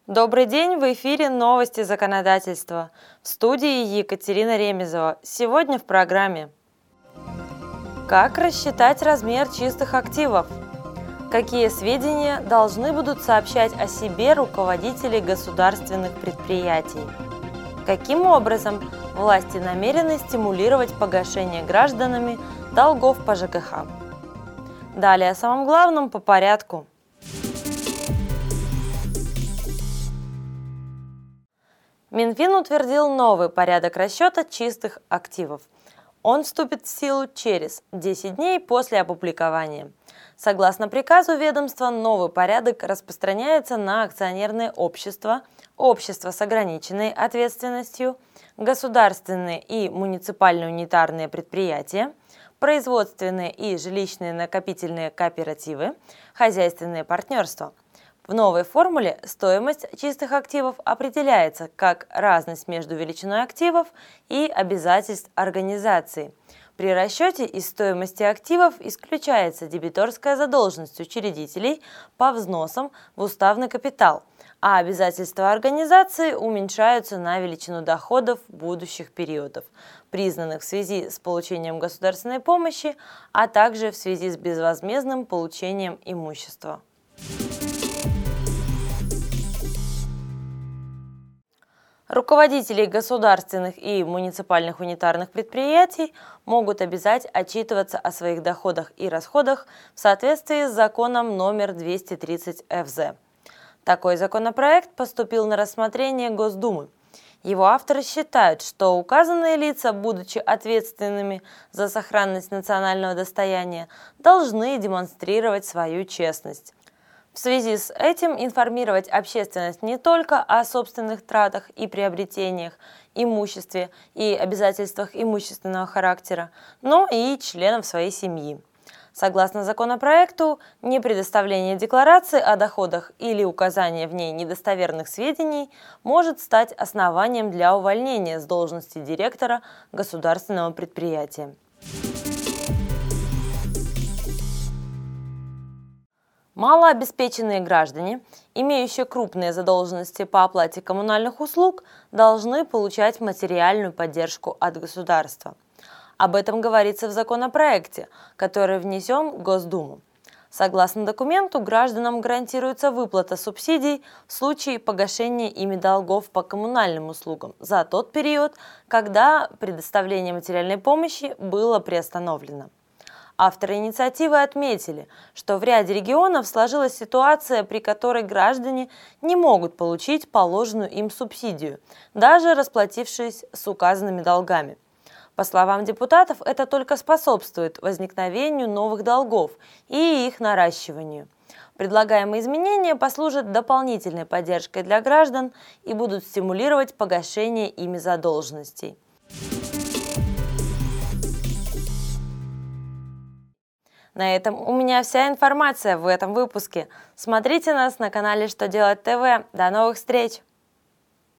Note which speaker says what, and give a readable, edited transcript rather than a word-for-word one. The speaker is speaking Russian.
Speaker 1: Добрый день, в эфире новости законодательства. В студии Екатерина Ремезова. Сегодня в программе. Как рассчитать размер чистых активов? Какие сведения должны будут сообщать о себе руководители государственных предприятий? Каким образом власти намерены стимулировать погашение гражданами долгов по ЖКХ? Далее о самом главном по порядку. Минфин утвердил новый порядок расчета чистых активов. Он вступит в силу через 10 дней после опубликования. Согласно приказу ведомства, новый порядок распространяется на акционерные общества, общества с ограниченной ответственностью, государственные и муниципальные унитарные предприятия, производственные и жилищные накопительные кооперативы, хозяйственные партнерства. В новой формуле стоимость чистых активов определяется как разность между величиной активов и обязательств организации. При расчете из стоимости активов исключается дебиторская задолженность учредителей по взносам в уставный капитал, а обязательства организации уменьшаются на величину доходов будущих периодов, признанных в связи с получением государственной помощи, а также в связи с безвозмездным получением имущества. Руководителей государственных и муниципальных унитарных предприятий могут обязать отчитываться о своих доходах и расходах в соответствии с законом номер 230 ФЗ. Такой законопроект поступил на рассмотрение Госдумы. Его авторы считают, что указанные лица, будучи ответственными за сохранность национального достояния, должны демонстрировать свою честность. В связи с этим информировать общественность не только о собственных тратах и приобретениях, имуществе и обязательствах имущественного характера, но и членов своей семьи. Согласно законопроекту, непредоставление декларации о доходах или указание в ней недостоверных сведений может стать основанием для увольнения с должности директора государственного предприятия. Малообеспеченные граждане, имеющие крупные задолженности по оплате коммунальных услуг, должны получать материальную поддержку от государства. Об этом говорится в законопроекте, который внесен в Госдуму. Согласно документу, гражданам гарантируется выплата субсидий в случае погашения ими долгов по коммунальным услугам за тот период, когда предоставление материальной помощи было приостановлено. Авторы инициативы отметили, что в ряде регионов сложилась ситуация, при которой граждане не могут получить положенную им субсидию, даже расплатившись с указанными долгами. По словам депутатов, это только способствует возникновению новых долгов и их наращиванию. Предлагаемые изменения послужат дополнительной поддержкой для граждан и будут стимулировать погашение ими задолженностей. На этом у меня вся информация в этом выпуске. Смотрите нас на канале «Что делать ТВ». До новых встреч!